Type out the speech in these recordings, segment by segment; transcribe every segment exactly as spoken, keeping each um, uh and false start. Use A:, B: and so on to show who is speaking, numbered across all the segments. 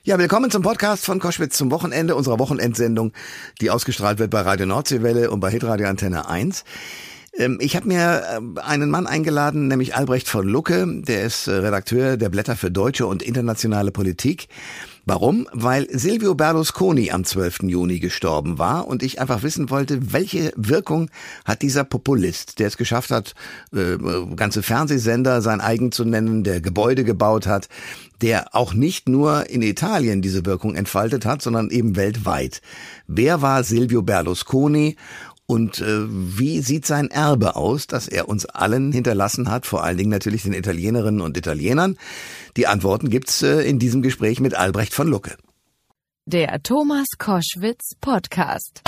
A: Ja, willkommen zum Podcast von Koschwitz zum Wochenende, unserer Wochenendsendung, die ausgestrahlt wird bei Radio Nordseewelle und bei Hitradio Antenne eins. Ich habe mir einen Mann eingeladen, nämlich Albrecht von Lucke, der ist Redakteur der Blätter für deutsche und internationale Politik. Warum? Weil Silvio Berlusconi am zwölften Juni gestorben war und ich einfach wissen wollte, welche Wirkung hat dieser Populist, der es geschafft hat, äh, ganze Fernsehsender sein eigen zu nennen, der Gebäude gebaut hat, der auch nicht nur in Italien diese Wirkung entfaltet hat, sondern eben weltweit. Wer war Silvio Berlusconi? Und äh, wie sieht sein Erbe aus, das er uns allen hinterlassen hat, vor allen Dingen natürlich den Italienerinnen und Italienern? Die Antworten gibt's äh, in diesem Gespräch mit Albrecht von Lucke.
B: Der Thomas Koschwitz Podcast.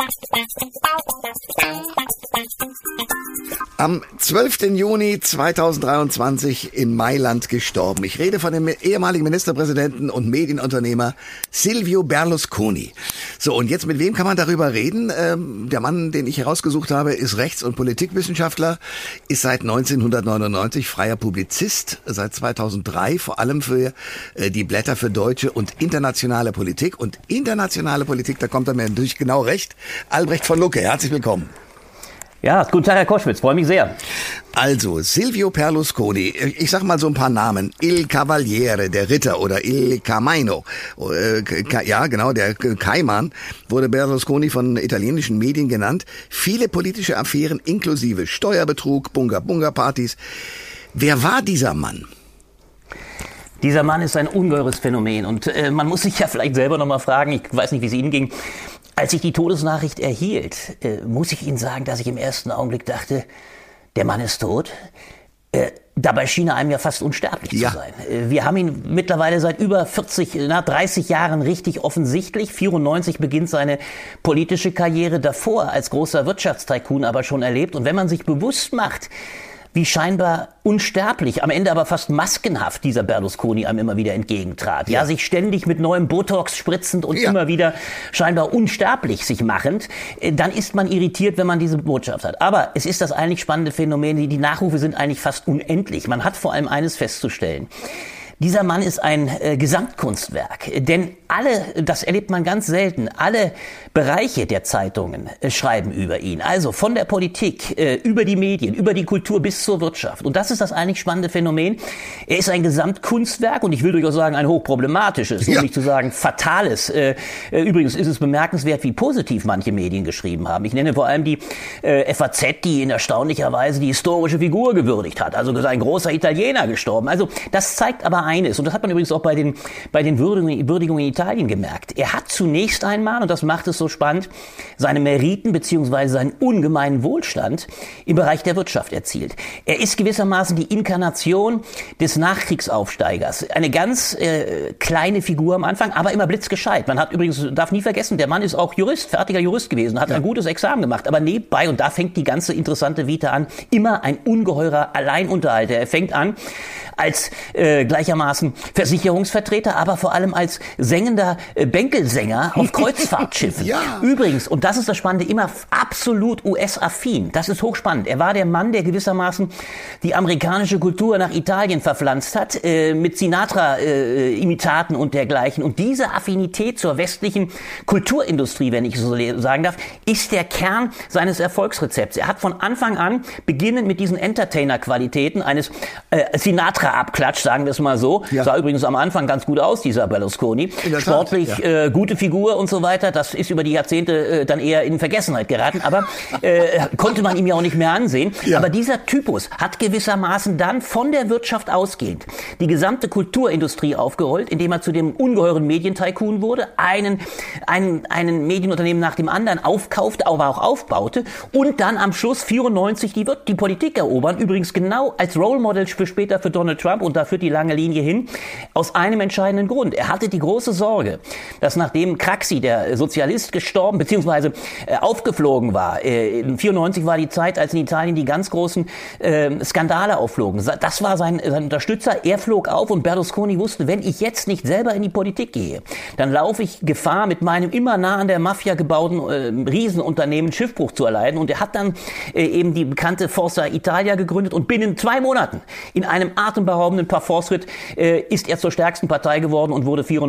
A: Am zwölften Juni zweitausenddreiundzwanzig in Mailand gestorben. Ich rede von dem ehemaligen Ministerpräsidenten und Medienunternehmer Silvio Berlusconi. So, und jetzt mit wem kann man darüber reden? Ähm, der Mann, den ich herausgesucht habe, ist Rechts- und Politikwissenschaftler, ist seit neunzehnhundertneunundneunzig freier Publizist, seit zweitausenddrei vor allem für äh, die Blätter für deutsche und internationale Politik. Und internationale Politik, da kommt er mir natürlich genau recht. Albrecht von Lucke, herzlich willkommen.
C: Ja, guten Tag, Herr Koschwitz, freue mich sehr.
A: Also, Silvio Berlusconi, ich sag mal so ein paar Namen. Il Cavaliere, der Ritter, oder Il Camaino. Ja, genau, der Kaiman wurde Berlusconi von italienischen Medien genannt. Viele politische Affären inklusive Steuerbetrug, Bunga-Bunga-Partys. Wer war dieser Mann?
C: Dieser Mann ist ein ungeheures Phänomen und äh, man muss sich ja vielleicht selber nochmal fragen, ich weiß nicht, wie es Ihnen ging. Als ich die Todesnachricht erhielt, äh, muss ich Ihnen sagen, dass ich im ersten Augenblick dachte, der Mann ist tot. Äh, dabei schien er einem ja fast unsterblich ja. zu sein. Äh, wir haben ihn mittlerweile seit über vierzig, na, dreißig Jahren richtig offensichtlich. vierundneunzig beginnt seine politische Karriere, davor als großer Wirtschaftstycoon aber schon erlebt. Und wenn man sich bewusst macht, wie scheinbar unsterblich, am Ende aber fast maskenhaft dieser Berlusconi einem immer wieder entgegentrat. Ja, ja sich ständig mit neuem Botox spritzend und ja. immer wieder scheinbar unsterblich sich machend, dann ist man irritiert, wenn man diese Botschaft hat. Aber es ist das eigentlich spannende Phänomen, die, die Nachrufe sind eigentlich fast unendlich. Man hat vor allem eines festzustellen. Dieser Mann ist ein äh, Gesamtkunstwerk, denn alle, das erlebt man ganz selten, alle Bereiche der Zeitungen äh, schreiben über ihn. Also von der Politik, äh, über die Medien, über die Kultur bis zur Wirtschaft. Und das ist das eigentlich spannende Phänomen. Er ist ein Gesamtkunstwerk und ich will durchaus sagen ein hochproblematisches, um ja. nicht zu sagen fatales. Äh, übrigens ist es bemerkenswert, wie positiv manche Medien geschrieben haben. Ich nenne vor allem die äh, F A Z, die in erstaunlicher Weise die historische Figur gewürdigt hat. Also ein großer Italiener gestorben. Also das zeigt aber eines, und das hat man übrigens auch bei den, bei den Würdigungen, Würdigungen in Italien gemerkt. Er hat zunächst einmal, und das macht es so spannend, seine Meriten bzw. seinen ungemeinen Wohlstand im Bereich der Wirtschaft erzielt. Er ist gewissermaßen die Inkarnation des Nachkriegsaufsteigers. Eine ganz äh, kleine Figur am Anfang, aber immer blitzgescheit. Man hat übrigens, darf nie vergessen, der Mann ist auch Jurist, fertiger Jurist gewesen, hat ja. ein gutes Examen gemacht, aber nebenbei, und da fängt die ganze interessante Vita an, immer ein ungeheurer Alleinunterhalter. Er fängt an als äh, gleichermaßen Versicherungsvertreter, aber vor allem als sengender äh, Bänkelsänger auf Kreuzfahrtschiffen. Ja. Übrigens, und das ist das Spannende, immer absolut U S-affin. Das ist hochspannend. Er war der Mann, der gewissermaßen die amerikanische Kultur nach Italien verpflanzt hat, äh, mit Sinatra-Imitaten äh, und dergleichen. Und diese Affinität zur westlichen Kulturindustrie, wenn ich so sagen darf, ist der Kern seines Erfolgsrezepts. Er hat von Anfang an, beginnend mit diesen Entertainer-Qualitäten eines äh, Sinatra Abklatsch, sagen wir es mal so. Ja. Sah übrigens am Anfang ganz gut aus, dieser Berlusconi. Sportlich, ja. äh, gute Figur und so weiter. Das ist über die Jahrzehnte äh, dann eher in Vergessenheit geraten. Aber äh, konnte man ihm ja auch nicht mehr ansehen. Ja. Aber dieser Typus hat gewissermaßen dann von der Wirtschaft ausgehend die gesamte Kulturindustrie aufgerollt, indem er zu dem ungeheuren Medientycoon wurde, einen, einen, einen Medienunternehmen nach dem anderen aufkaufte, aber auch aufbaute und dann am Schluss vierundneunzig die, die Politik erobern. Übrigens genau als Role Model für später für Donald Trump, und da führt die lange Linie hin, aus einem entscheidenden Grund. Er hatte die große Sorge, dass nachdem Craxi, der Sozialist, gestorben bzw. Äh, aufgeflogen war, äh, vierundneunzig war die Zeit, als in Italien die ganz großen äh, Skandale aufflogen. Das war sein, sein Unterstützer, er flog auf und Berlusconi wusste, wenn ich jetzt nicht selber in die Politik gehe, dann laufe ich Gefahr, mit meinem immer nah an der Mafia gebauten äh, Riesenunternehmen Schiffbruch zu erleiden. Und er hat dann äh, eben die bekannte Forza Italia gegründet und binnen zwei Monaten in einem atemberaubenden Parforce-Ritt äh, ist er zur stärksten Partei geworden und wurde vierundneunzig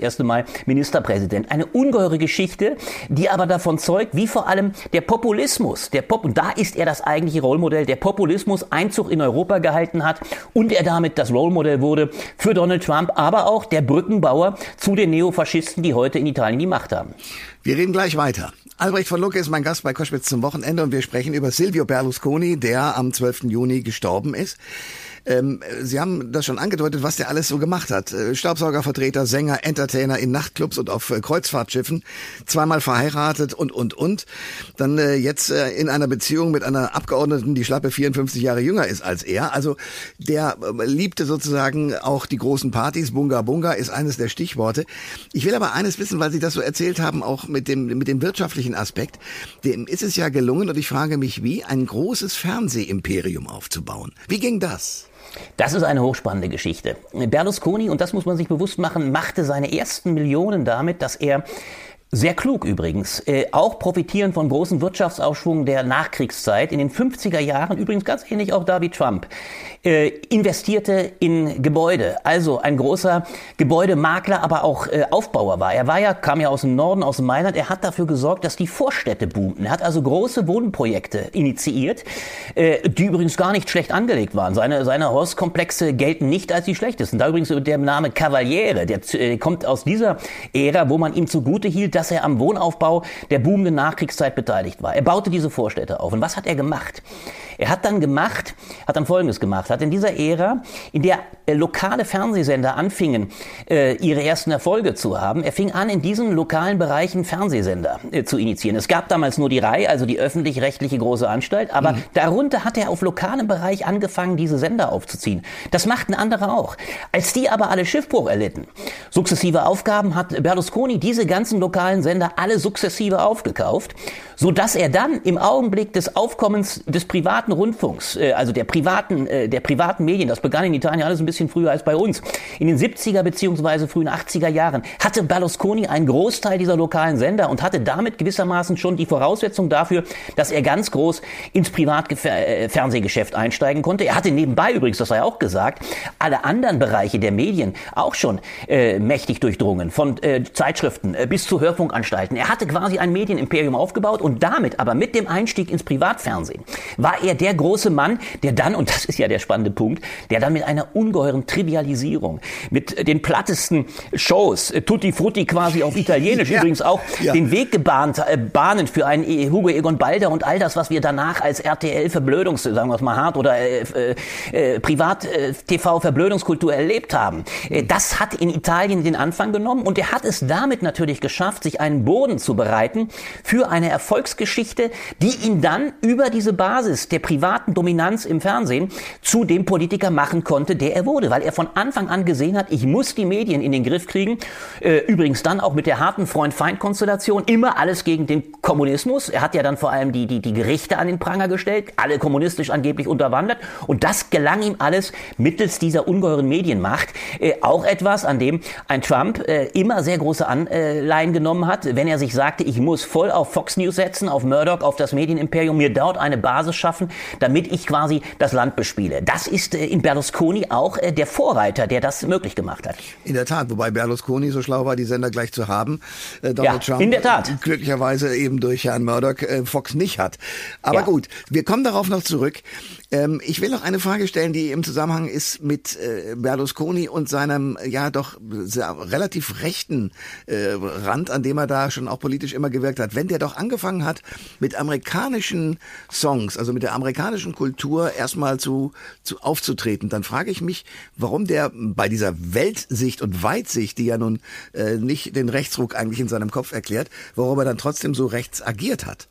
C: erste Mal Ministerpräsident. Eine ungeheure Geschichte, die aber davon zeugt, wie vor allem der Populismus, der Pop, und da ist er das eigentliche Rollmodell, der Populismus Einzug in Europa gehalten hat und er damit das Rollmodell wurde für Donald Trump, aber auch der Brückenbauer zu den Neofaschisten, die heute in Italien die Macht haben.
A: Wir reden gleich weiter. Albrecht von Lucke ist mein Gast bei Koschwitz zum Wochenende und wir sprechen über Silvio Berlusconi, der am zwölften Juni gestorben ist. Ähm, Sie haben das schon angedeutet, was der alles so gemacht hat. Staubsaugervertreter, Sänger, Entertainer in Nachtclubs und auf Kreuzfahrtschiffen, zweimal verheiratet und, und, und. Dann äh, jetzt äh, in einer Beziehung mit einer Abgeordneten, die schlappe vierundfünfzig Jahre jünger ist als er. Also der äh, liebte sozusagen auch die großen Partys. Bunga Bunga ist eines der Stichworte. Ich will aber eines wissen, weil Sie das so erzählt haben, auch mit dem, mit dem wirtschaftlichen Aspekt. Dem ist es ja gelungen und ich frage mich, wie ein großes Fernsehimperium aufzubauen. Wie ging das?
C: Das ist eine hochspannende Geschichte. Berlusconi, und das muss man sich bewusst machen, machte seine ersten Millionen damit, dass er sehr klug übrigens, äh, auch profitieren von großen Wirtschaftsaufschwung der Nachkriegszeit in den fünfziger Jahren, übrigens ganz ähnlich auch da wie Trump, äh, investierte in Gebäude, also ein großer Gebäudemakler, aber auch äh, Aufbauer war. Er war ja, kam ja aus dem Norden, aus dem Mailand, er hat dafür gesorgt, dass die Vorstädte boomten. Er hat also große Wohnprojekte initiiert, äh, die übrigens gar nicht schlecht angelegt waren. Seine, seine Hauskomplexe gelten nicht als die schlechtesten. Da übrigens der Name Cavaliere, der äh, kommt aus dieser Ära, wo man ihm zugute hielt, dass er am Wohnaufbau der boomenden Nachkriegszeit beteiligt war. Er baute diese Vorstädte auf. Und was hat er gemacht? Er hat dann gemacht, hat dann Folgendes gemacht, hat in dieser Ära, in der äh, lokale Fernsehsender anfingen, äh, ihre ersten Erfolge zu haben, er fing an, in diesen lokalen Bereichen Fernsehsender äh, zu initiieren. Es gab damals nur die R A I, also die öffentlich-rechtliche große Anstalt, aber mhm. darunter hat er auf lokalem Bereich angefangen, diese Sender aufzuziehen. Das machten andere auch. Als die aber alle Schiffbruch erlitten, sukzessive Aufgaben, hat Berlusconi diese ganzen lokalen Sender alle sukzessive aufgekauft, so dass er dann im Augenblick des Aufkommens des privaten Rundfunks, äh, also der privaten, äh, der privaten Medien, das begann in Italien alles ein bisschen früher als bei uns, in den siebziger beziehungsweise frühen achtziger Jahren, hatte Berlusconi einen Großteil dieser lokalen Sender und hatte damit gewissermaßen schon die Voraussetzung dafür, dass er ganz groß ins Privatfernsehgeschäft einsteigen konnte. Er hatte nebenbei übrigens, das sei auch gesagt, alle anderen Bereiche der Medien auch schon äh, mächtig durchdrungen, von äh, Zeitschriften äh, bis zu Hörfunkanstalten. Er hatte quasi ein Medienimperium aufgebaut und damit aber mit dem Einstieg ins Privatfernsehen war er der große Mann, der dann, und das ist ja der spannende Punkt, der dann mit einer ungeheuren Trivialisierung, mit den plattesten Shows, Tutti Frutti quasi auf Italienisch, ja, übrigens auch ja. den Weg gebahnt, äh, bahnen für einen Hugo Egon Balder und all das, was wir danach als R T L-Verblödungs, sagen wir es mal hart, oder äh, äh, Privat-T V-Verblödungskultur erlebt haben. Äh, das hat in Italien den Anfang genommen und er hat es damit natürlich geschafft, sich einen Boden zu bereiten für eine Erfolgsgeschichte, die ihn dann über diese Basis der privaten Dominanz im Fernsehen zu dem Politiker machen konnte, der er wurde, weil er von Anfang an gesehen hat, ich muss die Medien in den Griff kriegen, äh, übrigens dann auch mit der harten Freund-Feind-Konstellation, immer alles gegen den Kommunismus. Er hat ja dann vor allem die, die, die Gerichte an den Pranger gestellt, alle kommunistisch angeblich unterwandert und das gelang ihm alles mittels dieser ungeheuren Medienmacht. Äh, auch etwas, an dem ein Trump äh, immer sehr große Anleihen genommen hat, wenn er sich sagte, ich muss voll auf Fox News setzen, auf Murdoch, auf das Medienimperium, mir dort eine Basis schaffen, damit ich quasi das Land bespiele. Das ist äh, in Berlusconi auch äh, der Vorreiter, der das möglich gemacht hat.
A: In der Tat, wobei Berlusconi so schlau war, die Sender gleich zu haben. Äh, Donald
C: ja,
A: Trump
C: in der Tat.
A: glücklicherweise eben durch Herrn Murdoch äh, Fox nicht hat. Aber ja. gut, wir kommen darauf noch zurück. Ähm, ich will noch eine Frage stellen, die im Zusammenhang ist mit äh, Berlusconi und seinem ja doch sehr, relativ rechten äh, Rand, an dem er da schon auch politisch immer gewirkt hat. Wenn der doch angefangen hat, mit amerikanischen Songs, also mit der amerikanischen Kultur erstmal zu, zu aufzutreten, dann frage ich mich, warum der bei dieser Weltsicht und Weitsicht, die ja nun äh, nicht den Rechtsruck eigentlich in seinem Kopf erklärt, warum er dann trotzdem so rechts agiert hat.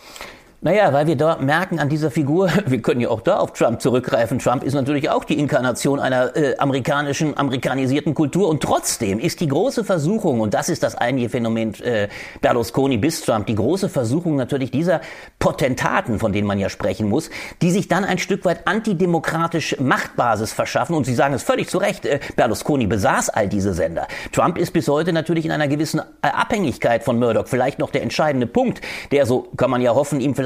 C: Naja, weil wir da merken an dieser Figur, wir können ja auch da auf Trump zurückgreifen. Trump ist natürlich auch die Inkarnation einer äh, amerikanischen, amerikanisierten Kultur. Und trotzdem ist die große Versuchung, und das ist das eigentliche Phänomen äh, Berlusconi bis Trump, die große Versuchung natürlich dieser Potentaten, von denen man ja sprechen muss, die sich dann ein Stück weit antidemokratisch Machtbasis verschaffen. Und Sie sagen es völlig zu Recht, äh, Berlusconi besaß all diese Sender. Trump ist bis heute natürlich in einer gewissen äh, Abhängigkeit von Murdoch. Vielleicht noch der entscheidende Punkt, der, so kann man ja hoffen, ihm vielleicht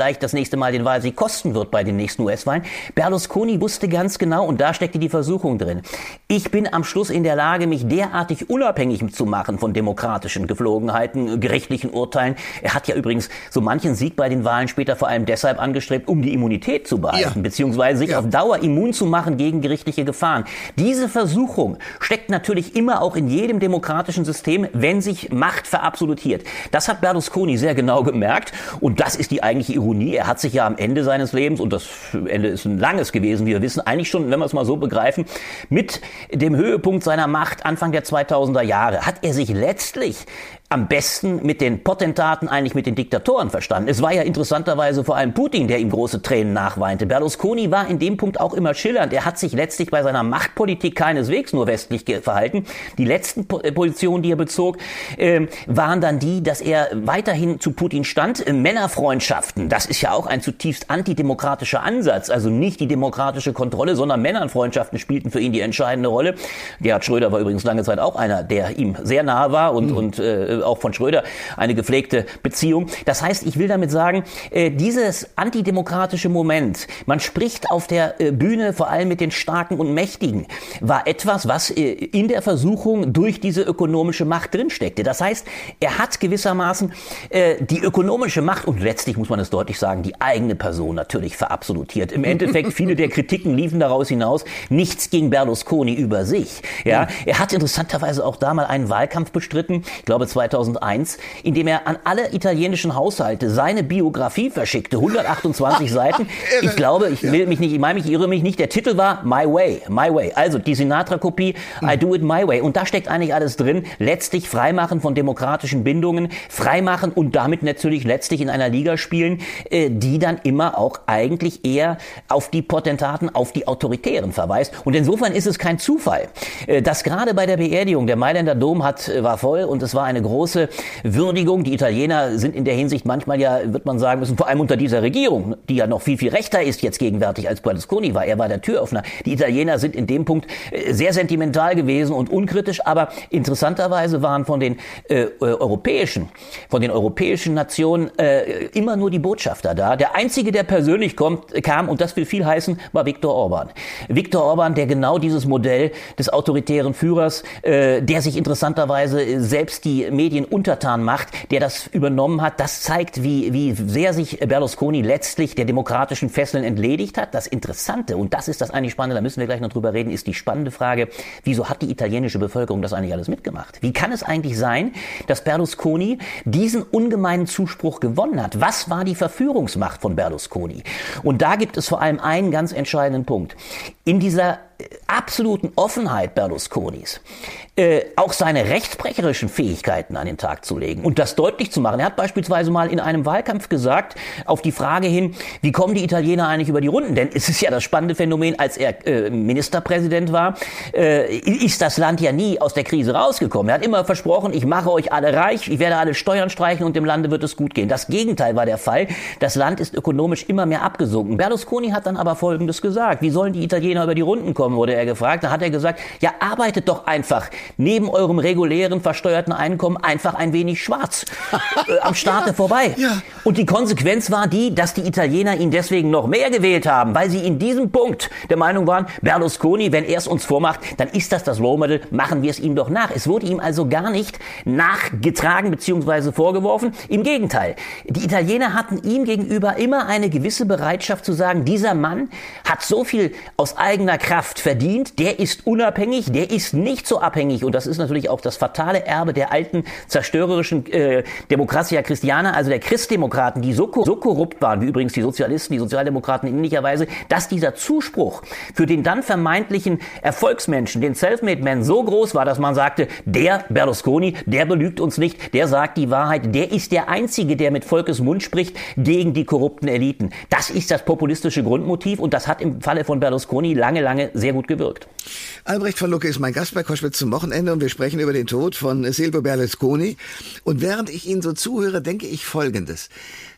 C: vielleicht das nächste Mal den Wahlsieg kosten wird bei den nächsten U S-Wahlen. Berlusconi wusste ganz genau, und da steckte die Versuchung drin, ich bin am Schluss in der Lage, mich derartig unabhängig zu machen von demokratischen Geflogenheiten, gerichtlichen Urteilen. Er hat ja übrigens so manchen Sieg bei den Wahlen später vor allem deshalb angestrebt, um die Immunität zu behalten, ja. beziehungsweise sich ja. auf Dauer immun zu machen gegen gerichtliche Gefahren. Diese Versuchung steckt natürlich immer auch in jedem demokratischen System, wenn sich Macht verabsolutiert. Das hat Berlusconi sehr genau gemerkt und das ist die eigentliche Ironie. Er hat sich ja am Ende seines Lebens, und das Ende ist ein langes gewesen, wie wir wissen, eigentlich schon, wenn wir es mal so begreifen, mit dem Höhepunkt seiner Macht Anfang der zweitausender Jahre hat er sich letztlich am besten mit den Potentaten, eigentlich mit den Diktatoren verstanden. Es war ja interessanterweise vor allem Putin, der ihm große Tränen nachweinte. Berlusconi war in dem Punkt auch immer schillernd. Er hat sich letztlich bei seiner Machtpolitik keineswegs nur westlich verhalten. Die letzten Positionen, die er bezog, äh, waren dann die, dass er weiterhin zu Putin stand. Männerfreundschaften, das ist ja auch ein zutiefst antidemokratischer Ansatz. Also nicht die demokratische Kontrolle, sondern Männerfreundschaften spielten für ihn die entscheidende Rolle. Gerhard Schröder war übrigens lange Zeit auch einer, der ihm sehr nahe war und, mhm. und äh, auch von Schröder eine gepflegte Beziehung. Das heißt, ich will damit sagen, äh, dieses antidemokratische Moment, man spricht auf der äh, Bühne vor allem mit den Starken und Mächtigen, war etwas, was äh, in der Versuchung durch diese ökonomische Macht drinsteckte. Das heißt, er hat gewissermaßen äh, die ökonomische Macht und letztlich muss man es deutlich sagen, die eigene Person natürlich verabsolutiert. Im Endeffekt, viele der Kritiken liefen daraus hinaus, nichts ging Berlusconi über sich. Ja, er hat interessanterweise auch da mal einen Wahlkampf bestritten, ich glaube zweitausendeins, in dem er an alle italienischen Haushalte seine Biografie verschickte, hundertachtundzwanzig Seiten. Ich glaube, ich will mich nicht, ich meine, ich irre mich nicht, der Titel war My Way, My Way, also die Sinatra-Kopie, I do it my way. Und da steckt eigentlich alles drin, letztlich Freimachen von demokratischen Bindungen, Freimachen und damit natürlich letztlich in einer Liga spielen, die dann immer auch eigentlich eher auf die Potentaten, auf die Autoritären verweist. Und insofern ist es kein Zufall, dass gerade bei der Beerdigung, der Mailänder Dom hat, war voll und es war eine große Würdigung. Die Italiener sind in der Hinsicht manchmal ja, wird man sagen müssen, vor allem unter dieser Regierung, die ja noch viel, viel rechter ist jetzt gegenwärtig als Berlusconi war. Er war der Türöffner. Die Italiener sind in dem Punkt sehr sentimental gewesen und unkritisch, aber interessanterweise waren von den äh, europäischen, von den europäischen Nationen äh, immer nur die Botschafter da. Der einzige, der persönlich kommt, kam, und das will viel heißen, war Viktor Orban. Viktor Orban, der genau dieses Modell des autoritären Führers, äh, der sich interessanterweise selbst die Medien untertan macht, der das übernommen hat, das zeigt, wie, wie sehr sich Berlusconi letztlich der demokratischen Fesseln entledigt hat. Das Interessante, und das ist das eigentlich Spannende, da müssen wir gleich noch drüber reden, ist die spannende Frage, wieso hat die italienische Bevölkerung das eigentlich alles mitgemacht? Wie kann es eigentlich sein, dass Berlusconi diesen ungemeinen Zuspruch gewonnen hat? Was war die Verführungsmacht von Berlusconi? Und da gibt es vor allem einen ganz entscheidenden Punkt. In dieser absoluten Offenheit Berlusconis, äh, auch seine rechtsbrecherischen Fähigkeiten an den Tag zu legen und das deutlich zu machen. Er hat beispielsweise mal in einem Wahlkampf gesagt, auf die Frage hin, wie kommen die Italiener eigentlich über die Runden? Denn es ist ja das spannende Phänomen, als er äh, Ministerpräsident war, äh, ist das Land ja nie aus der Krise rausgekommen. Er hat immer versprochen, ich mache euch alle reich, ich werde alle Steuern streichen und dem Lande wird es gut gehen. Das Gegenteil war der Fall. Das Land ist ökonomisch immer mehr abgesunken. Berlusconi hat dann aber Folgendes gesagt. Wie sollen die Italiener über die Runden kommen, wurde er gefragt. Da hat er gesagt, ja, arbeitet doch einfach neben eurem regulären versteuerten Einkommen einfach ein wenig schwarz äh, am Staate ja, vorbei. Ja. Und die Konsequenz war die, dass die Italiener ihn deswegen noch mehr gewählt haben, weil sie in diesem Punkt der Meinung waren, Berlusconi, wenn er es uns vormacht, dann ist das das Role Model, machen wir es ihm doch nach. Es wurde ihm also gar nicht nachgetragen bzw. vorgeworfen. Im Gegenteil, die Italiener hatten ihm gegenüber immer eine gewisse Bereitschaft zu sagen, dieser Mann hat so viel aus eigener Kraft verdient, der ist unabhängig, der ist nicht so abhängig, und das ist natürlich auch das fatale Erbe der alten zerstörerischen äh, Democratia Christiana, also der Christdemokraten, die so, so korrupt waren, wie übrigens die Sozialisten, die Sozialdemokraten in ähnlicherweise, dass dieser Zuspruch für den dann vermeintlichen Erfolgsmenschen, den Selfmade-Man, so groß war, dass man sagte, der Berlusconi, der belügt uns nicht, der sagt die Wahrheit, der ist der Einzige, der mit Volkes Mund spricht gegen die korrupten Eliten. Das ist das populistische Grundmotiv, und das hat im Falle von Berlusconi lange, lange sehr gut gewirkt.
A: Albrecht von Lucke ist mein Gast bei Koschwitz zum Wochenende, und wir sprechen über den Tod von Silvio Berlusconi. Und während ich Ihnen so zuhöre, denke ich Folgendes.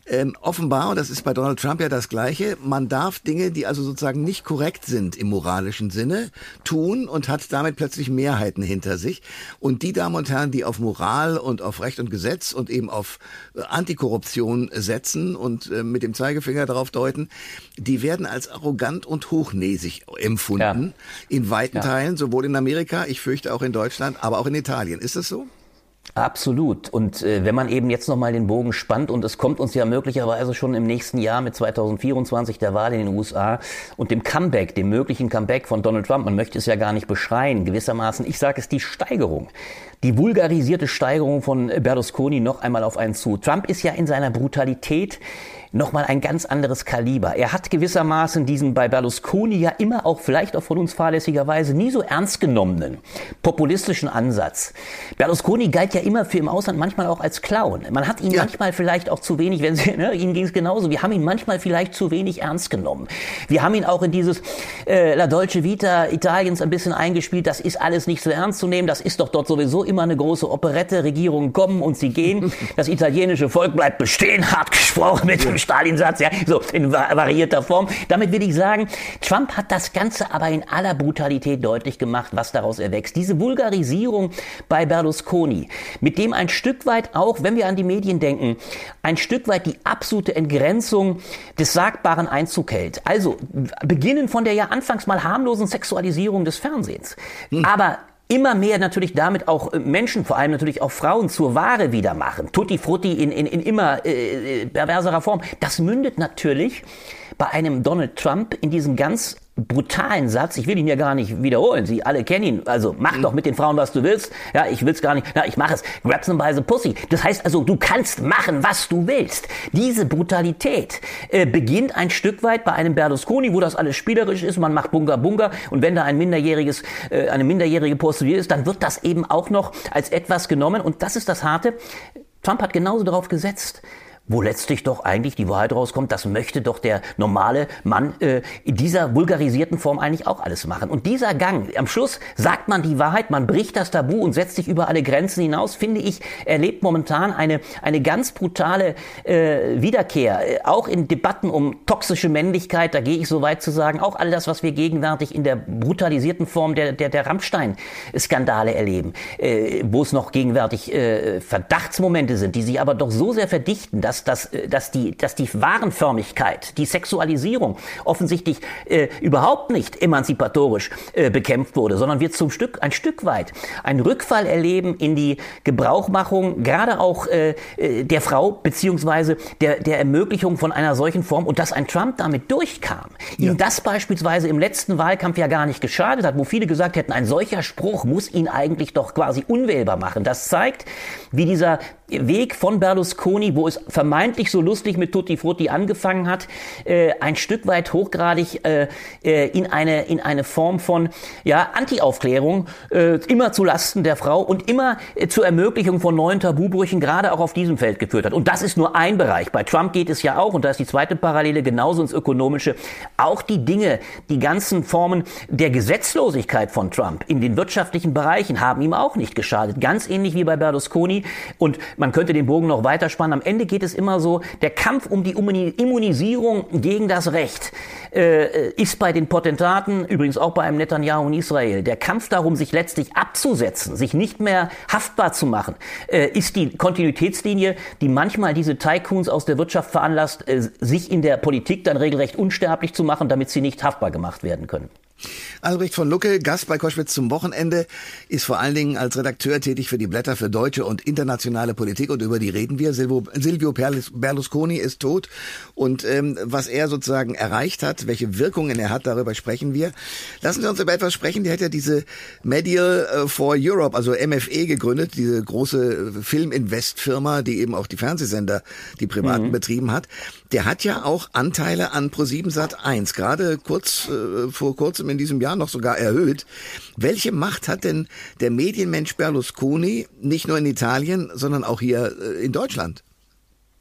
A: Ähm, offenbar, und das ist bei Donald Trump ja das Gleiche, man darf Dinge, die also sozusagen nicht korrekt sind im moralischen Sinne, tun und hat damit plötzlich Mehrheiten hinter sich. Und die Damen und Herren, die auf Moral und auf Recht und Gesetz und eben auf Antikorruption setzen und äh, mit dem Zeigefinger darauf deuten, die werden als arrogant und hochnäsig empfunden. Ja. In weiten ja. Teilen, sowohl in Amerika, ich fürchte auch in Deutschland, aber auch in Italien. Ist das so?
C: Absolut. Und äh, wenn man eben jetzt nochmal den Bogen spannt, und es kommt uns ja möglicherweise schon im nächsten Jahr mit zweitausendvierundzwanzig der Wahl in den U S A und dem Comeback, dem möglichen Comeback von Donald Trump, man möchte es ja gar nicht beschreien, gewissermaßen, ich sage es, die Steigerung, die vulgarisierte Steigerung von Berlusconi noch einmal auf einen zu. Trump ist ja in seiner Brutalität nochmal ein ganz anderes Kaliber. Er hat gewissermaßen diesen bei Berlusconi ja immer auch, vielleicht auch von uns fahrlässigerweise, nie so ernst genommenen populistischen Ansatz. Berlusconi galt ja immer für im Ausland manchmal auch als Clown. Man hat ihn ja. manchmal vielleicht auch zu wenig, wenn Sie, ne, Ihnen ging es genauso, wir haben ihn manchmal vielleicht zu wenig ernst genommen. Wir haben ihn auch in dieses äh, La Dolce Vita Italiens ein bisschen eingespielt, das ist alles nicht so ernst zu nehmen, das ist doch dort sowieso immer eine große Operette, Regierungen kommen und sie gehen, das italienische Volk bleibt bestehen, hart gesprochen mit dem Stalin-Satz, ja, so in variierter Form. Damit will ich sagen, Trump hat das Ganze aber in aller Brutalität deutlich gemacht, was daraus erwächst. Diese Vulgarisierung bei Berlusconi, mit dem ein Stück weit auch, wenn wir an die Medien denken, ein Stück weit die absolute Entgrenzung des Sagbaren Einzug hält. Also beginnen von der ja anfangs mal harmlosen Sexualisierung des Fernsehens. Hm. Aber immer mehr natürlich damit auch Menschen, vor allem natürlich auch Frauen, zur Ware wieder machen. Tutti frutti in, in, in immer äh, perverserer Form. Das mündet natürlich bei einem Donald Trump in diesen ganz brutalen Satz, ich will ihn ja gar nicht wiederholen, Sie alle kennen ihn, also mach doch mit den Frauen, was du willst, ja, ich will's gar nicht, na, ich mache es, grab them by the pussy. Das heißt also, du kannst machen, was du willst. Diese Brutalität äh, beginnt ein Stück weit bei einem Berlusconi, wo das alles spielerisch ist, man macht Bunga Bunga, und wenn da ein minderjähriges, äh, eine minderjährige Prostituierte ist, dann wird das eben auch noch als etwas genommen, und das ist das Harte. Trump hat genauso darauf gesetzt, wo letztlich doch eigentlich die Wahrheit rauskommt, das möchte doch der normale Mann äh, in dieser vulgarisierten Form eigentlich auch alles machen. Und dieser Gang, am Schluss sagt man die Wahrheit, man bricht das Tabu und setzt sich über alle Grenzen hinaus, finde ich, erlebt momentan eine eine ganz brutale äh, Wiederkehr, äh, auch in Debatten um toxische Männlichkeit, da gehe ich so weit zu sagen, auch all das, was wir gegenwärtig in der brutalisierten Form der der, der Rammstein-Skandale erleben, äh, wo es noch gegenwärtig äh, Verdachtsmomente sind, die sich aber doch so sehr verdichten, dass Dass, dass, dass, die, dass die Warenförmigkeit, die Sexualisierung offensichtlich äh, überhaupt nicht emanzipatorisch äh, bekämpft wurde, sondern wir zum Stück, ein Stück weit einen Rückfall erleben in die Gebrauchmachung, gerade auch äh, der Frau, beziehungsweise der, der Ermöglichung von einer solchen Form, und dass ein Trump damit durchkam. Ja. Ihm das beispielsweise im letzten Wahlkampf ja gar nicht geschadet hat, wo viele gesagt hätten, ein solcher Spruch muss ihn eigentlich doch quasi unwählbar machen. Das zeigt, wie dieser Weg von Berlusconi, wo es vermeintlich so lustig mit Tutti Frutti angefangen hat, äh, ein Stück weit hochgradig äh, in eine in eine Form von ja Anti-Aufklärung, äh, immer zu Lasten der Frau und immer äh, zur Ermöglichung von neuen Tabubrüchen, gerade auch auf diesem Feld geführt hat. Und das ist nur ein Bereich. Bei Trump geht es ja auch, und da ist die zweite Parallele genauso ins Ökonomische, auch die Dinge, die ganzen Formen der Gesetzlosigkeit von Trump in den wirtschaftlichen Bereichen haben ihm auch nicht geschadet. Ganz ähnlich wie bei Berlusconi. Und man könnte den Bogen noch weiterspannen. Am Ende geht es immer so, der Kampf um die Immunisierung gegen das Recht äh, ist bei den Potentaten, übrigens auch bei einem Netanyahu in Israel, der Kampf darum, sich letztlich abzusetzen, sich nicht mehr haftbar zu machen, äh, ist die Kontinuitätslinie, die manchmal diese Tycoons aus der Wirtschaft veranlasst, äh, sich in der Politik dann regelrecht unsterblich zu machen, damit sie nicht haftbar gemacht werden können.
A: Albrecht von Lucke, Gast bei Koschwitz zum Wochenende, ist vor allen Dingen als Redakteur tätig für die Blätter für deutsche und internationale Politik, und über die reden wir. Silvio, Silvio Berlusconi ist tot, und ähm, was er sozusagen erreicht hat, welche Wirkungen er hat, darüber sprechen wir. Lassen Sie uns über etwas sprechen. Der hat ja diese Medial for Europe, also M F E, gegründet, diese große Filminvestfirma, die eben auch die Fernsehsender, die privaten, mhm. betrieben hat. Der hat ja auch Anteile an ProSieben Sat eins, gerade kurz äh, vor kurzem in diesem Jahr noch sogar erhöht. Welche Macht hat denn der Medienmensch Berlusconi nicht nur in Italien, sondern auch hier äh, in Deutschland?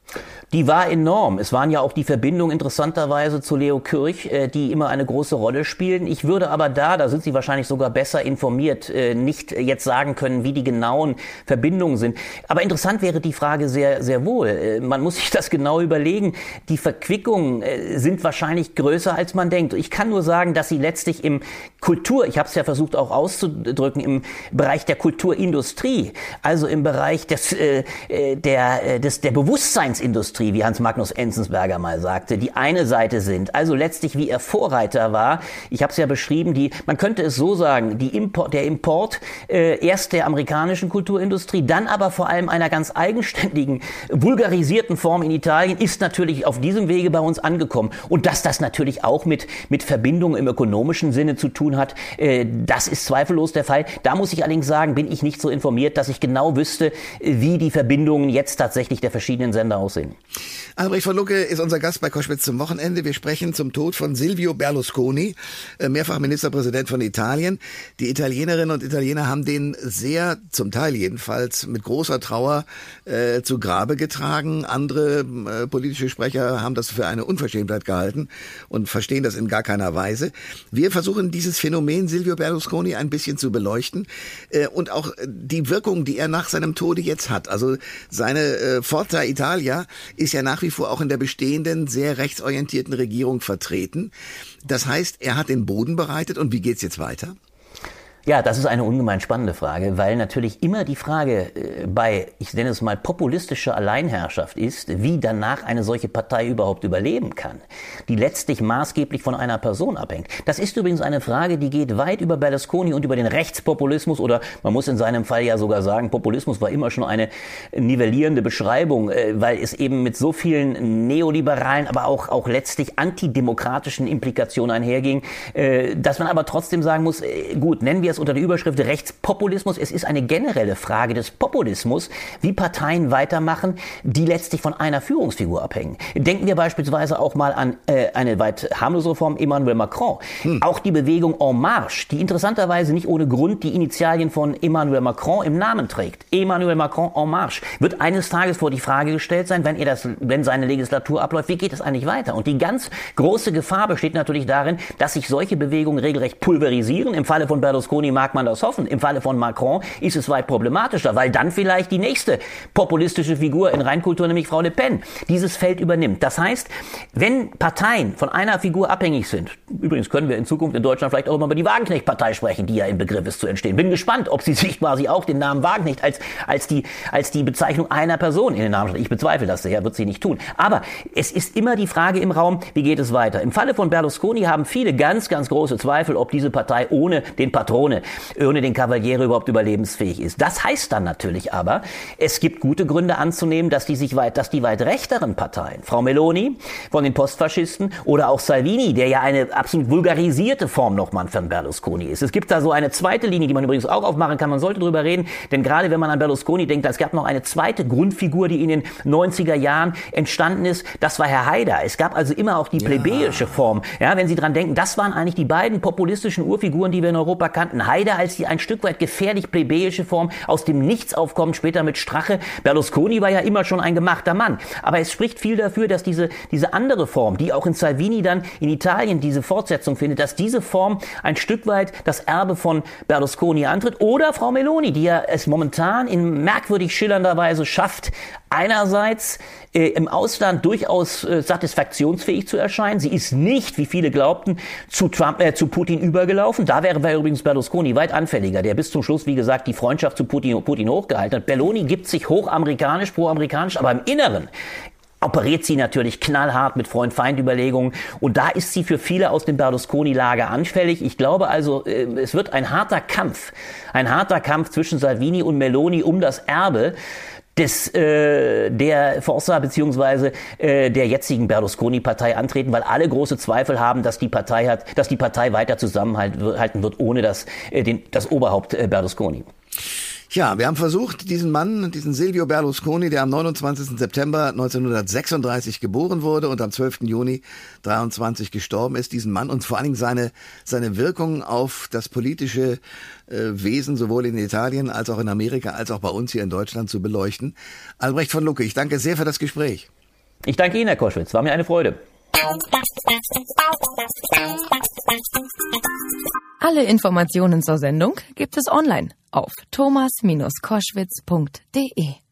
C: Die war enorm. Es waren ja auch die Verbindungen interessanterweise zu Leo Kirch, die immer eine große Rolle spielen. Ich würde aber da, da sind Sie wahrscheinlich sogar besser informiert, nicht jetzt sagen können, wie die genauen Verbindungen sind. Aber interessant wäre die Frage sehr, sehr wohl. Man muss sich das genau überlegen. Die Verquickungen sind wahrscheinlich größer, als man denkt. Ich kann nur sagen, dass sie letztlich im Kultur, ich habe es ja versucht auch auszudrücken, im Bereich der Kulturindustrie, also im Bereich des, äh, der, des, der Bewusstseinsindustrie, wie Hans Magnus Enzensberger mal sagte, die eine Seite sind. Also letztlich, wie er Vorreiter war. Ich habe es ja beschrieben, die, man könnte es so sagen, die Import, der Import äh, erst der amerikanischen Kulturindustrie, dann aber vor allem einer ganz eigenständigen, vulgarisierten Form in Italien, ist natürlich auf diesem Wege bei uns angekommen. Und dass das natürlich auch mit, mit Verbindungen im ökonomischen Sinne zu tun hat, äh, das ist zweifellos der Fall. Da muss ich allerdings sagen, bin ich nicht so informiert, dass ich genau wüsste, wie die Verbindungen jetzt tatsächlich der verschiedenen Sender aussehen.
A: Albrecht von Lucke ist unser Gast bei Koschwitz zum Wochenende. Wir sprechen zum Tod von Silvio Berlusconi, mehrfach Ministerpräsident von Italien. Die Italienerinnen und Italiener haben den sehr, zum Teil jedenfalls, mit großer Trauer äh, zu Grabe getragen. Andere äh, politische Sprecher haben das für eine Unverschämtheit gehalten und verstehen das in gar keiner Weise. Wir versuchen dieses Phänomen Silvio Berlusconi ein bisschen zu beleuchten äh, und auch die Wirkung, die er nach seinem Tode jetzt hat. Also seine äh, Forza Italia ist ja nach wie vor auch in der bestehenden, sehr rechtsorientierten Regierung vertreten. Das heißt, er hat den Boden bereitet. Und wie geht's jetzt weiter?
C: Ja, das ist eine ungemein spannende Frage, weil natürlich immer die Frage äh, bei, ich nenne es mal, populistischer Alleinherrschaft ist, wie danach eine solche Partei überhaupt überleben kann, die letztlich maßgeblich von einer Person abhängt. Das ist übrigens eine Frage, die geht weit über Berlusconi und über den Rechtspopulismus, oder man muss in seinem Fall ja sogar sagen, Populismus war immer schon eine nivellierende Beschreibung, äh, weil es eben mit so vielen neoliberalen, aber auch, auch letztlich antidemokratischen Implikationen einherging, äh, dass man aber trotzdem sagen muss, äh, gut, nennen wir unter der Überschrift Rechtspopulismus. Es ist eine generelle Frage des Populismus, wie Parteien weitermachen, die letztlich von einer Führungsfigur abhängen. Denken wir beispielsweise auch mal an äh, eine weit harmlosere Form, Emmanuel Macron. Hm. Auch die Bewegung En Marche, die interessanterweise nicht ohne Grund die Initialien von Emmanuel Macron im Namen trägt. Emmanuel Macron En Marche wird eines Tages vor die Frage gestellt sein, wenn er das, wenn seine Legislatur abläuft, wie geht es eigentlich weiter? Und die ganz große Gefahr besteht natürlich darin, dass sich solche Bewegungen regelrecht pulverisieren. Im Falle von Berlusconi mag man das hoffen. Im Falle von Macron ist es weit problematischer, weil dann vielleicht die nächste populistische Figur in Reinkultur, nämlich Frau Le Pen, dieses Feld übernimmt. Das heißt, wenn Parteien von einer Figur abhängig sind, übrigens können wir in Zukunft in Deutschland vielleicht auch mal über die Wagenknecht-Partei sprechen, die ja im Begriff ist zu entstehen. Bin gespannt, ob sie sich quasi auch den Namen Wagenknecht als, als die, als die Bezeichnung einer Person in den Namen stellt. Ich bezweifle das sehr, wird sie nicht tun. Aber es ist immer die Frage im Raum, wie geht es weiter? Im Falle von Berlusconi haben viele ganz, ganz große Zweifel, ob diese Partei ohne den Patrone, ohne den Cavaliere überhaupt überlebensfähig ist. Das heißt dann natürlich aber, es gibt gute Gründe anzunehmen, dass die sich weit, dass die weit rechteren Parteien, Frau Meloni von den Postfaschisten oder auch Salvini, der ja eine absolut vulgarisierte Form nochmal von Berlusconi ist. Es gibt da so eine zweite Linie, die man übrigens auch aufmachen kann. Man sollte drüber reden, denn gerade wenn man an Berlusconi denkt, es gab noch eine zweite Grundfigur, die in den neunziger Jahren entstanden ist. Das war Herr Haider. Es gab also immer auch die plebejische Form. Ja, wenn Sie dran denken, das waren eigentlich die beiden populistischen Urfiguren, die wir in Europa kannten. Haider als die ein Stück weit gefährlich plebejische Form, aus dem Nichts aufkommt, später mit Strache. Berlusconi war ja immer schon ein gemachter Mann. Aber es spricht viel dafür, dass diese, diese andere Form, die auch in Salvini dann in Italien diese Fortsetzung findet, dass diese Form ein Stück weit das Erbe von Berlusconi antritt. Oder Frau Meloni, die ja es momentan in merkwürdig schillernder Weise schafft, einerseits äh, im Ausland durchaus äh, satisfaktionsfähig zu erscheinen. Sie ist nicht, wie viele glaubten, zu Trump, äh, zu Putin übergelaufen. Da wäre, wäre übrigens Berlusconi weit anfälliger, der bis zum Schluss, wie gesagt, die Freundschaft zu Putin, Putin hochgehalten hat. Meloni gibt sich hochamerikanisch, pro-amerikanisch, aber im Inneren operiert sie natürlich knallhart mit Freund-Feind-Überlegungen. Und da ist sie für viele aus dem Berlusconi-Lager anfällig. Ich glaube also, es wird ein harter Kampf, ein harter Kampf zwischen Salvini und Meloni um das Erbe des äh, der Forza beziehungsweise äh, der jetzigen Berlusconi-Partei antreten, weil alle große Zweifel haben, dass die Partei hat, dass die Partei weiter zusammenhalten wird, ohne das äh, den, das Oberhaupt äh, Berlusconi.
A: Ja, wir haben versucht, diesen Mann, diesen Silvio Berlusconi, der am neunundzwanzigsten September neunzehnhundertsechsunddreißig geboren wurde und am zwölften Juni dreiundzwanzig gestorben ist, diesen Mann und vor allen Dingen seine, seine Wirkung auf das politische äh, Wesen sowohl in Italien als auch in Amerika als auch bei uns hier in Deutschland zu beleuchten. Albrecht von Lucke, ich danke sehr für das Gespräch.
C: Ich danke Ihnen, Herr Koschwitz. War mir eine Freude.
B: Alle Informationen zur Sendung gibt es online auf thomas Bindestrich koschwitz punkt de.